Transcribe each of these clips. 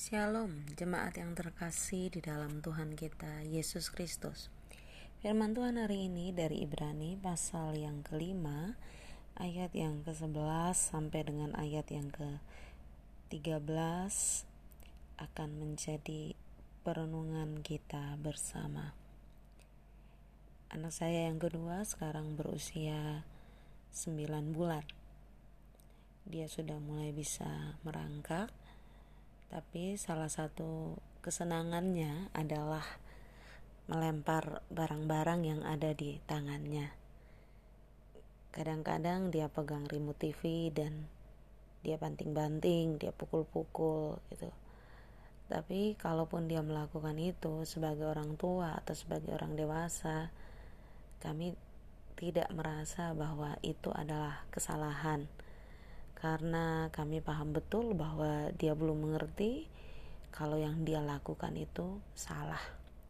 Shalom, jemaat yang terkasih di dalam Tuhan kita, Yesus Kristus. Firman Tuhan hari ini dari Ibrani pasal yang kelima, ayat yang ke-11 sampai dengan ayat yang ke-13 akan menjadi perenungan kita bersama. Anak saya yang kedua sekarang berusia 9 bulan. Dia sudah mulai bisa merangkak. Tapi salah satu kesenangannya adalah melempar barang-barang yang ada di tangannya. Kadang-kadang dia pegang remote TV dan dia banting-banting, dia pukul-pukul gitu. Tapi kalaupun dia melakukan itu sebagai orang tua atau sebagai orang dewasa, kami tidak merasa bahwa itu adalah kesalahan. Karena kami paham betul bahwa dia belum mengerti kalau yang dia lakukan itu salah.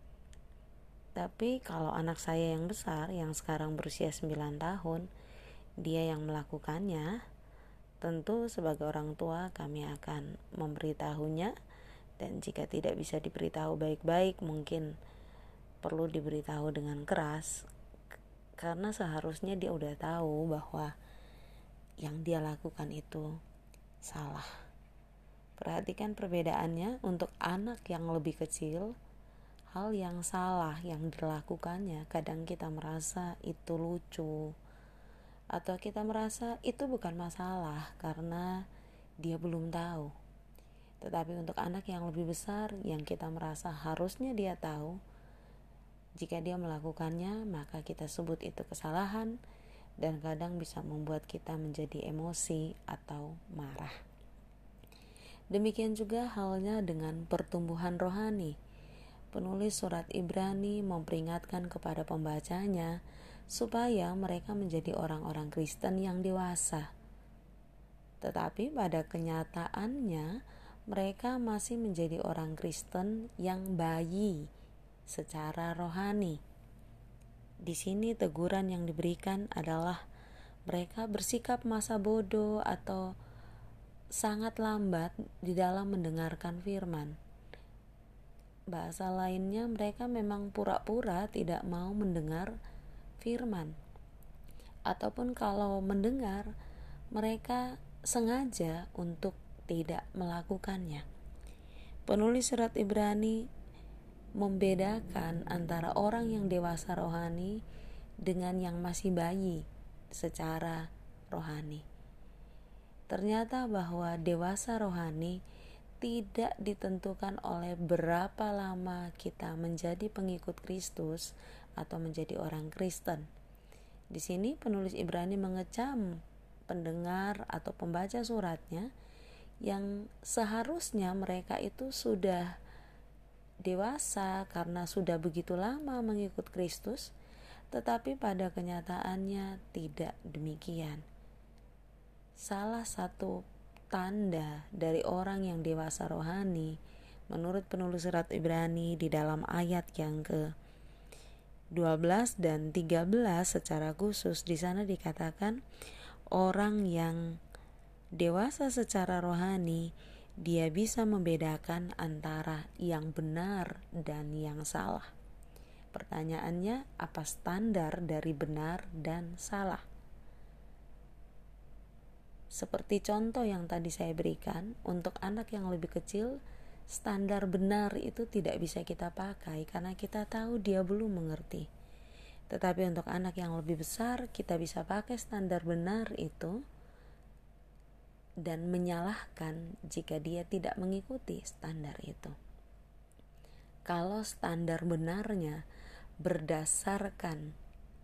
Tapi kalau anak saya yang besar, yang sekarang berusia 9 tahun, dia yang melakukannya, tentu sebagai orang tua kami akan memberitahunya. Dan jika tidak bisa diberitahu baik-baik, mungkin perlu diberitahu dengan keras. Karena seharusnya dia udah tahu bahwa yang dia lakukan itu salah. Perhatikan perbedaannya. Untuk anak yang lebih kecil, hal yang salah yang dilakukannya kadang kita merasa itu lucu, atau kita merasa itu bukan masalah karena dia belum tahu. Tetapi untuk anak yang lebih besar, yang kita merasa harusnya dia tahu, jika dia melakukannya maka kita sebut itu kesalahan, dan kadang bisa membuat kita menjadi emosi atau marah. Demikian juga halnya dengan pertumbuhan rohani. Penulis surat Ibrani memperingatkan kepada pembacanya supaya mereka menjadi orang-orang Kristen yang dewasa. Tetapi pada kenyataannya mereka masih menjadi orang Kristen yang bayi secara rohani. Di sini teguran yang diberikan adalah mereka bersikap masa bodoh atau sangat lambat di dalam mendengarkan firman. Bahasa lainnya, mereka memang pura-pura tidak mau mendengar firman. Ataupun kalau mendengar, mereka sengaja untuk tidak melakukannya. Penulis surat Ibrani membedakan antara orang yang dewasa rohani dengan yang masih bayi secara rohani. Ternyata bahwa dewasa rohani tidak ditentukan oleh berapa lama kita menjadi pengikut Kristus atau menjadi orang Kristen. Di sini penulis Ibrani mengecam pendengar atau pembaca suratnya yang seharusnya mereka itu sudah dewasa karena sudah begitu lama mengikut Kristus, tetapi pada kenyataannya tidak demikian. Salah satu tanda dari orang yang dewasa rohani menurut penulis surat Ibrani di dalam ayat yang ke-12 dan 13 secara khusus, di sana dikatakan orang yang dewasa secara rohani, dia bisa membedakan antara yang benar dan yang salah. Pertanyaannya, apa standar dari benar dan salah? Seperti contoh yang tadi saya berikan, untuk anak yang lebih kecil, standar benar itu tidak bisa kita pakai karena kita tahu dia belum mengerti. Tetapi untuk anak yang lebih besar, kita bisa pakai standar benar itu dan menyalahkan jika dia tidak mengikuti standar itu. Kalau standar benarnya berdasarkan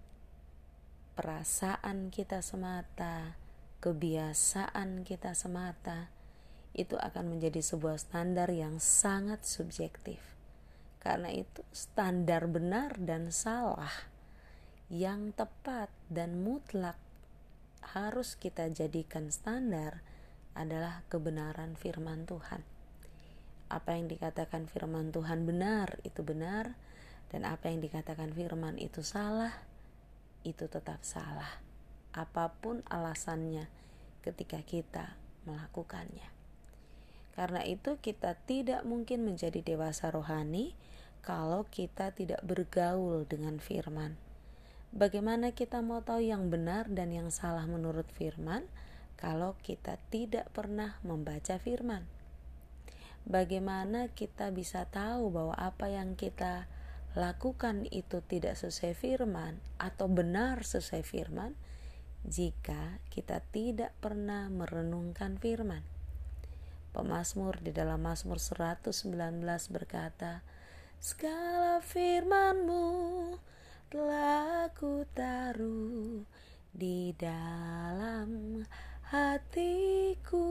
perasaan kita semata, kebiasaan kita semata, itu akan menjadi sebuah standar yang sangat subjektif. Karena itu standar benar dan salah yang tepat dan mutlak harus kita jadikan standar adalah kebenaran firman Tuhan. Apa yang dikatakan firman Tuhan benar, itu benar, dan apa yang dikatakan firman itu salah, itu tetap salah. Apapun alasannya ketika kita melakukannya. Karena itu kita tidak mungkin menjadi dewasa rohani kalau kita tidak bergaul dengan firman. Bagaimana kita mau tahu yang benar dan yang salah menurut firman kalau kita tidak pernah membaca firman? Bagaimana kita bisa tahu bahwa apa yang kita lakukan itu tidak sesuai firman atau benar sesuai firman jika kita tidak pernah merenungkan firman? Pemazmur di dalam Mazmur 119 berkata, segala firman-Mu telah ku taruh di dalam hatiku,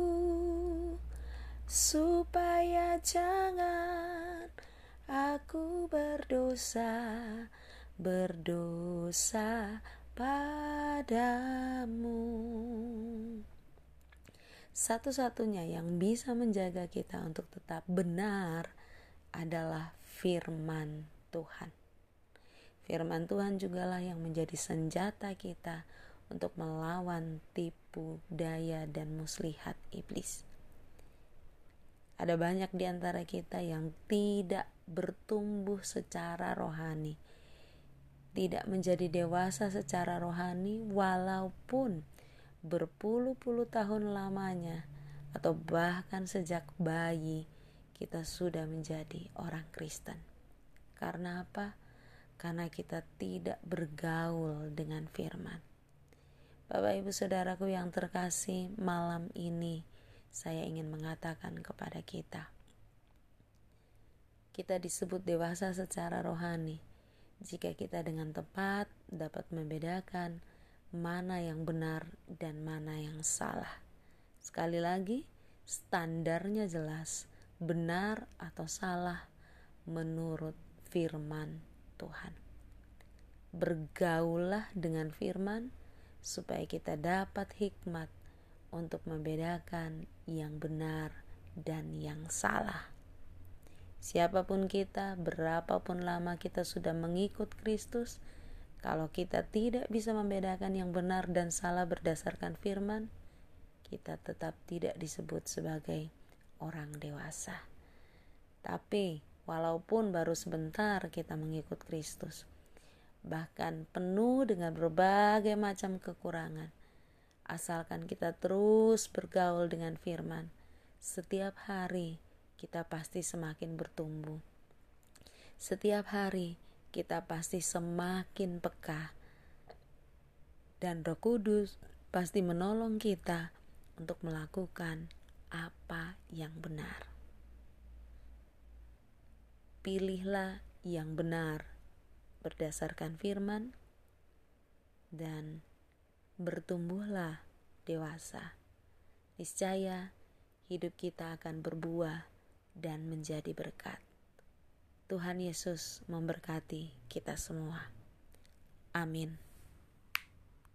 supaya jangan aku berdosa padamu. Satu-satunya yang bisa menjaga kita untuk tetap benar adalah firman Tuhan. Firman Tuhan jugalah yang menjadi senjata kita untuk melawan tipu daya dan muslihat iblis. Ada banyak di antara kita yang tidak bertumbuh secara rohani, tidak menjadi dewasa secara rohani walaupun berpuluh-puluh tahun lamanya atau bahkan sejak bayi kita sudah menjadi orang Kristen. Karena apa? Karena kita tidak bergaul dengan firman. Bapak Ibu Saudaraku yang terkasih, malam ini saya ingin mengatakan kepada kita disebut dewasa secara rohani jika kita dengan tepat dapat membedakan mana yang benar dan mana yang salah. Sekali lagi, standarnya jelas, benar atau salah menurut firman Tuhan. Bergaullah dengan firman supaya kita dapat hikmat untuk membedakan yang benar dan yang salah. Siapapun kita, berapapun lama kita sudah mengikut Kristus, kalau kita tidak bisa membedakan yang benar dan salah berdasarkan firman, kita tetap tidak disebut sebagai orang dewasa. Tapi walaupun baru sebentar kita mengikut Kristus, bahkan penuh dengan berbagai macam kekurangan, asalkan kita terus bergaul dengan firman, setiap hari kita pasti semakin bertumbuh. Setiap hari kita pasti semakin peka, dan Roh Kudus pasti menolong kita untuk melakukan apa yang benar. Pilihlah yang benar berdasarkan firman dan bertumbuhlah dewasa. Niscaya hidup kita akan berbuah dan menjadi berkat. Tuhan Yesus memberkati kita semua. Amin.